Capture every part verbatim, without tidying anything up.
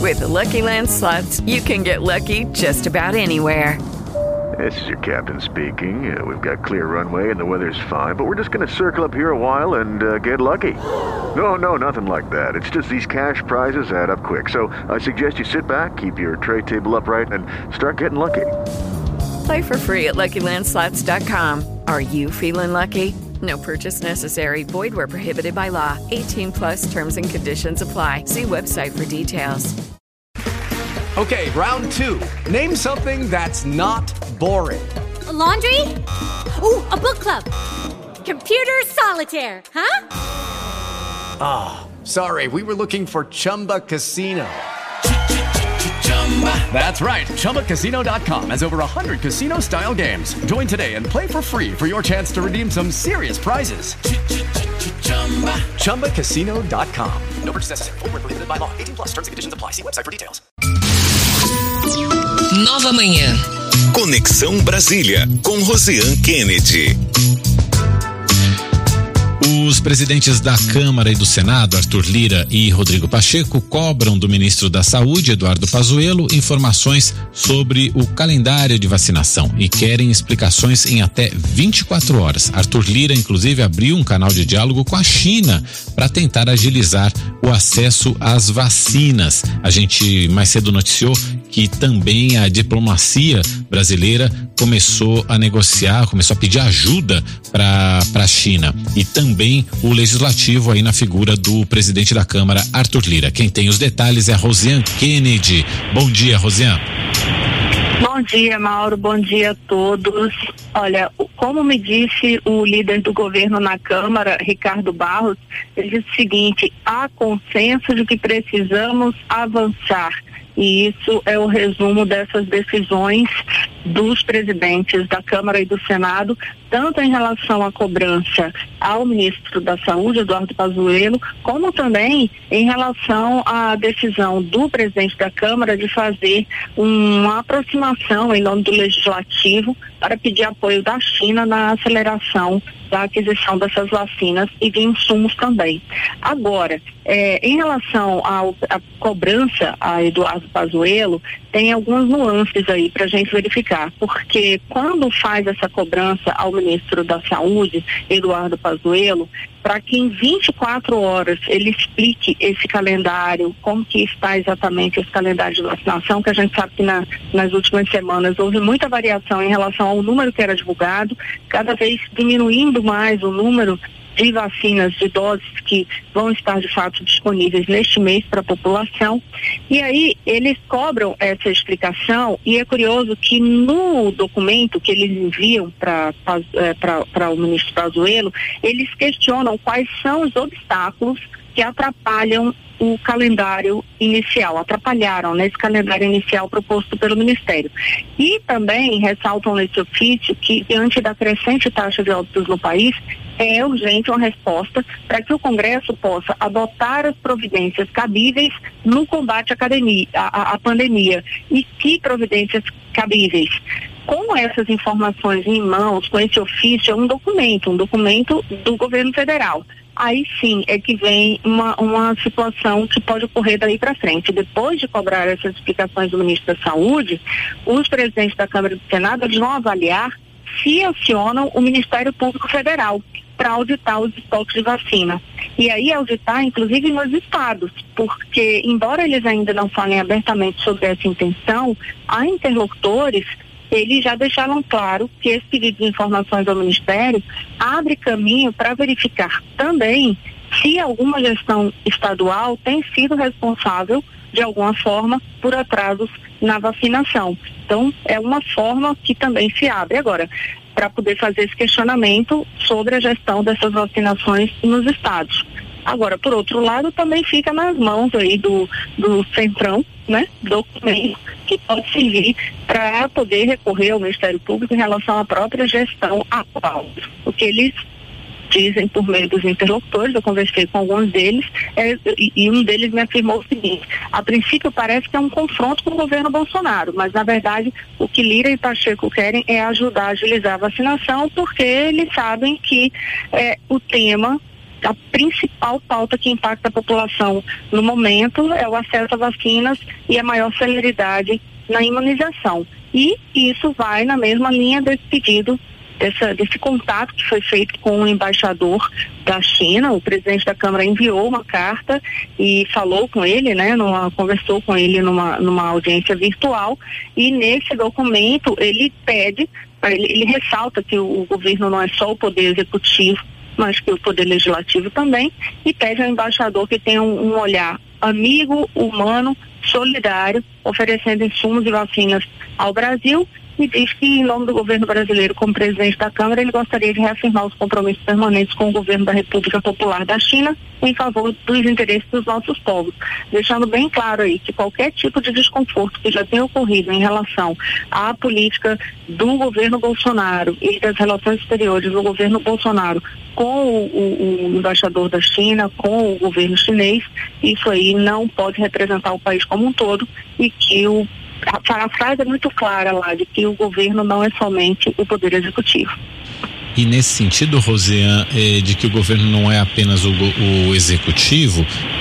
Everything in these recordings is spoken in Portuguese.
With the Lucky Land Slots, you can get lucky just about anywhere. This is your captain speaking. Uh, we've got clear runway and the weather's fine, but we're just going to circle up here a while and uh, get lucky. No, no, nothing like that. It's just these cash prizes add up quick. So I suggest you sit back, keep your tray table upright, and start getting lucky. Play for free at Lucky Land Slots dot com. Are you feeling lucky? No purchase necessary. Void where prohibited by law. eighteen plus terms and conditions apply. See website for details. Okay, round two. Name something that's not boring. A laundry? Ooh, a book club. Computer solitaire, huh? Ah, oh, sorry. We were looking for Chumba Casino. That's right. Chumba Casino dot com has over one hundred casino-style games. Join today and play for free for your chance to redeem some serious prizes. Chumba Casino dot com. No purchase necessary. Void where prohibited by law. eighteen plus terms and conditions apply. See website for details. Nova Manhã. Conexão Brasília, com Rosiane Kennedy. Os presidentes da Câmara e do Senado, Arthur Lira e Rodrigo Pacheco, cobram do ministro da Saúde, Eduardo Pazuello, informações sobre o calendário de vacinação e querem explicações em até vinte e quatro horas. Arthur Lira, inclusive, abriu um canal de diálogo com a China para tentar agilizar o acesso às vacinas. A gente mais cedo noticiou que também a diplomacia brasileira começou a negociar, começou a pedir ajuda para a China, e também o legislativo aí na figura do presidente da Câmara, Arthur Lira. Quem tem os detalhes é a Rosiane Kennedy. Bom dia, Rosiane. Bom dia, Mauro. Bom dia a todos. Olha, como me disse o líder do governo na Câmara, Ricardo Barros, ele disse o seguinte: há consenso de que precisamos avançar. E isso é o resumo dessas decisões dos presidentes da Câmara e do Senado, tanto em relação à cobrança ao ministro da Saúde, Eduardo Pazuello, como também em relação à decisão do presidente da Câmara de fazer uma aproximação em nome do Legislativo para pedir apoio da China na aceleração da aquisição dessas vacinas e de insumos também. Agora, é, em relação ao, à cobrança a Eduardo Pazuello, tem algumas nuances aí para a gente verificar, porque quando faz essa cobrança ao ministro da Saúde, Eduardo Pazuello, para que em vinte e quatro horas ele explique esse calendário, como que está exatamente esse calendário de vacinação, que a gente sabe que na, nas últimas semanas houve muita variação em relação ao número que era divulgado, cada vez diminuindo mais o número de vacinas, de doses que vão estar de fato disponíveis neste mês para a população. E aí eles cobram essa explicação, e é curioso que no documento que eles enviam para para o ministro Pazuello, eles questionam quais são os obstáculos que atrapalham o calendário inicial, atrapalharam nesse calendário inicial proposto pelo Ministério. E também ressaltam nesse ofício que, diante da crescente taxa de óbitos no país, é urgente uma resposta para que o Congresso possa adotar as providências cabíveis no combate à, academia, à, à pandemia. E que providências cabíveis? Com essas informações em mãos, com esse ofício, é um documento, um documento do governo federal. Aí sim é que vem uma, uma situação que pode ocorrer daí para frente. Depois de cobrar essas explicações do ministro da Saúde, os presidentes da Câmara e do Senado eles vão avaliar se acionam o Ministério Público Federal para auditar os estoques de vacina. E aí auditar, inclusive, nos estados, porque, embora eles ainda não falem abertamente sobre essa intenção, há interlocutores, eles já deixaram claro que esse pedido de informações ao Ministério abre caminho para verificar também se alguma gestão estadual tem sido responsável, de alguma forma, por atrasos na vacinação. Então, é uma forma que também se abre agora para poder fazer esse questionamento sobre a gestão dessas vacinações nos estados. Agora, por outro lado, também fica nas mãos aí do, do Centrão, né, documento que pode servir para poder recorrer ao Ministério Público em relação à própria gestão atual. O que eles dizem por meio dos interlocutores, eu conversei com alguns deles, é, e, e um deles me afirmou o seguinte: a princípio parece que é um confronto com o governo Bolsonaro, mas na verdade o que Lira e Pacheco querem é ajudar a agilizar a vacinação, porque eles sabem que é, o tema a principal pauta que impacta a população no momento é o acesso a vacinas e a maior celeridade na imunização. E isso vai na mesma linha desse pedido, dessa, desse contato que foi feito com o embaixador da China. O presidente da Câmara enviou uma carta e falou com ele, né, numa, conversou com ele numa, numa audiência virtual, e nesse documento ele pede, ele, ele ressalta que o, o governo não é só o poder executivo, mas que o poder legislativo também, e pede ao embaixador que tenha um, um olhar amigo, humano, solidário, oferecendo insumos e vacinas ao Brasil, e diz que, em nome do governo brasileiro, como presidente da Câmara, ele gostaria de reafirmar os compromissos permanentes com o governo da República Popular da China em favor dos interesses dos nossos povos, deixando bem claro aí que qualquer tipo de desconforto que já tenha ocorrido em relação à política do governo Bolsonaro e das relações exteriores do governo Bolsonaro com o, o, o embaixador da China, com o governo chinês, isso aí não pode representar o país como um todo, e que o A, a frase é muito clara lá, de que o governo não é somente o poder executivo. E nesse sentido, Rosiane, é, de que o governo não é apenas o, o executivo,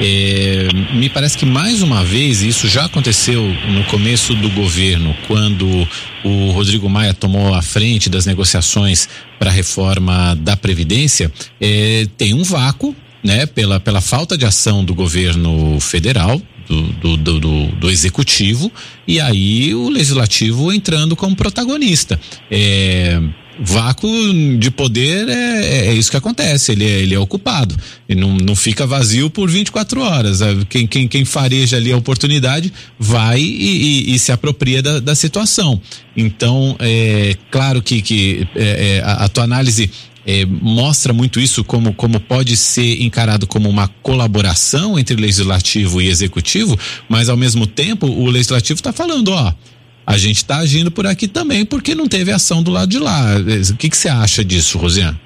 é, me parece que mais uma vez, isso já aconteceu no começo do governo, quando o Rodrigo Maia tomou a frente das negociações para a reforma da Previdência, é, tem um vácuo, né, pela, pela falta de ação do governo federal, Do, do, do, do executivo, e aí o legislativo entrando como protagonista. É, vácuo de poder é, é isso que acontece, ele é, ele é ocupado, ele não, não fica vazio por vinte e quatro horas. Quem, quem, quem fareja ali a oportunidade vai e, e, e se apropria da, da situação. Então, é claro que, que é, a, a tua análise É, mostra muito isso, como, como pode ser encarado como uma colaboração entre legislativo e executivo, mas ao mesmo tempo o legislativo está falando, ó, a gente está agindo por aqui também porque não teve ação do lado de lá. O que que você acha disso, Rosiane?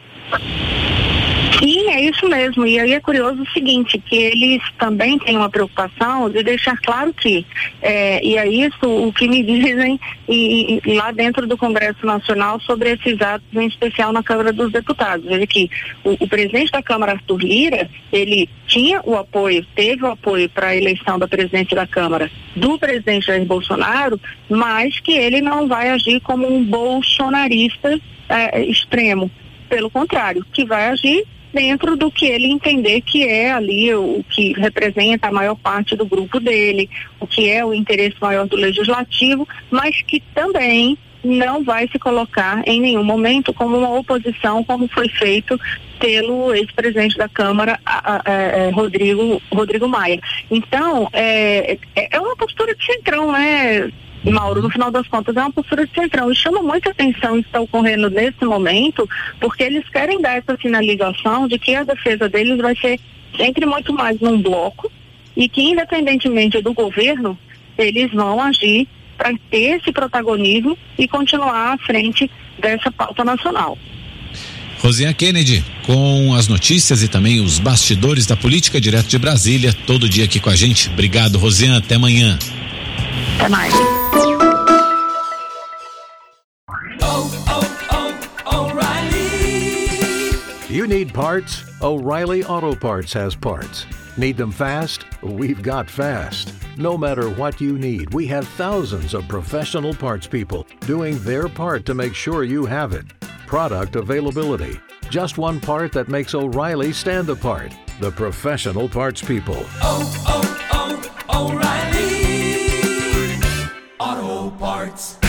Sim, é isso mesmo. E aí é curioso o seguinte, que eles também têm uma preocupação de deixar claro que, é, e é isso o que me dizem e, e lá dentro do Congresso Nacional sobre esses atos, em especial na Câmara dos Deputados. Veja que o, o presidente da Câmara, Arthur Lira, ele tinha o apoio, teve o apoio para a eleição da presidente da Câmara do presidente Jair Bolsonaro, mas que ele não vai agir como um bolsonarista é, extremo. Pelo contrário, que vai agir dentro do que ele entender que é ali o que representa a maior parte do grupo dele, o que é o interesse maior do legislativo, mas que também não vai se colocar em nenhum momento como uma oposição, como foi feito pelo ex-presidente da Câmara, a, a, a, Rodrigo, Rodrigo Maia. Então, é, é uma postura de centrão, né, Mauro? No final das contas é uma postura de centrão, e chama muita atenção isso que está ocorrendo nesse momento, porque eles querem dar essa sinalização de que a defesa deles vai ser sempre muito mais num bloco, e que independentemente do governo, eles vão agir para ter esse protagonismo e continuar à frente dessa pauta nacional. Rosiane Kennedy, com as notícias e também os bastidores da política, direto de Brasília, todo dia aqui com a gente. Obrigado, Rosiane, até amanhã. Até mais. You need parts? O'Reilly Auto Parts has parts. Need them fast? We've got fast. No matter what you need, we have thousands of professional parts people doing their part to make sure you have it. Product availability. Just one part that makes O'Reilly stand apart. The professional parts people. Oh, oh, oh, O'Reilly Auto Parts.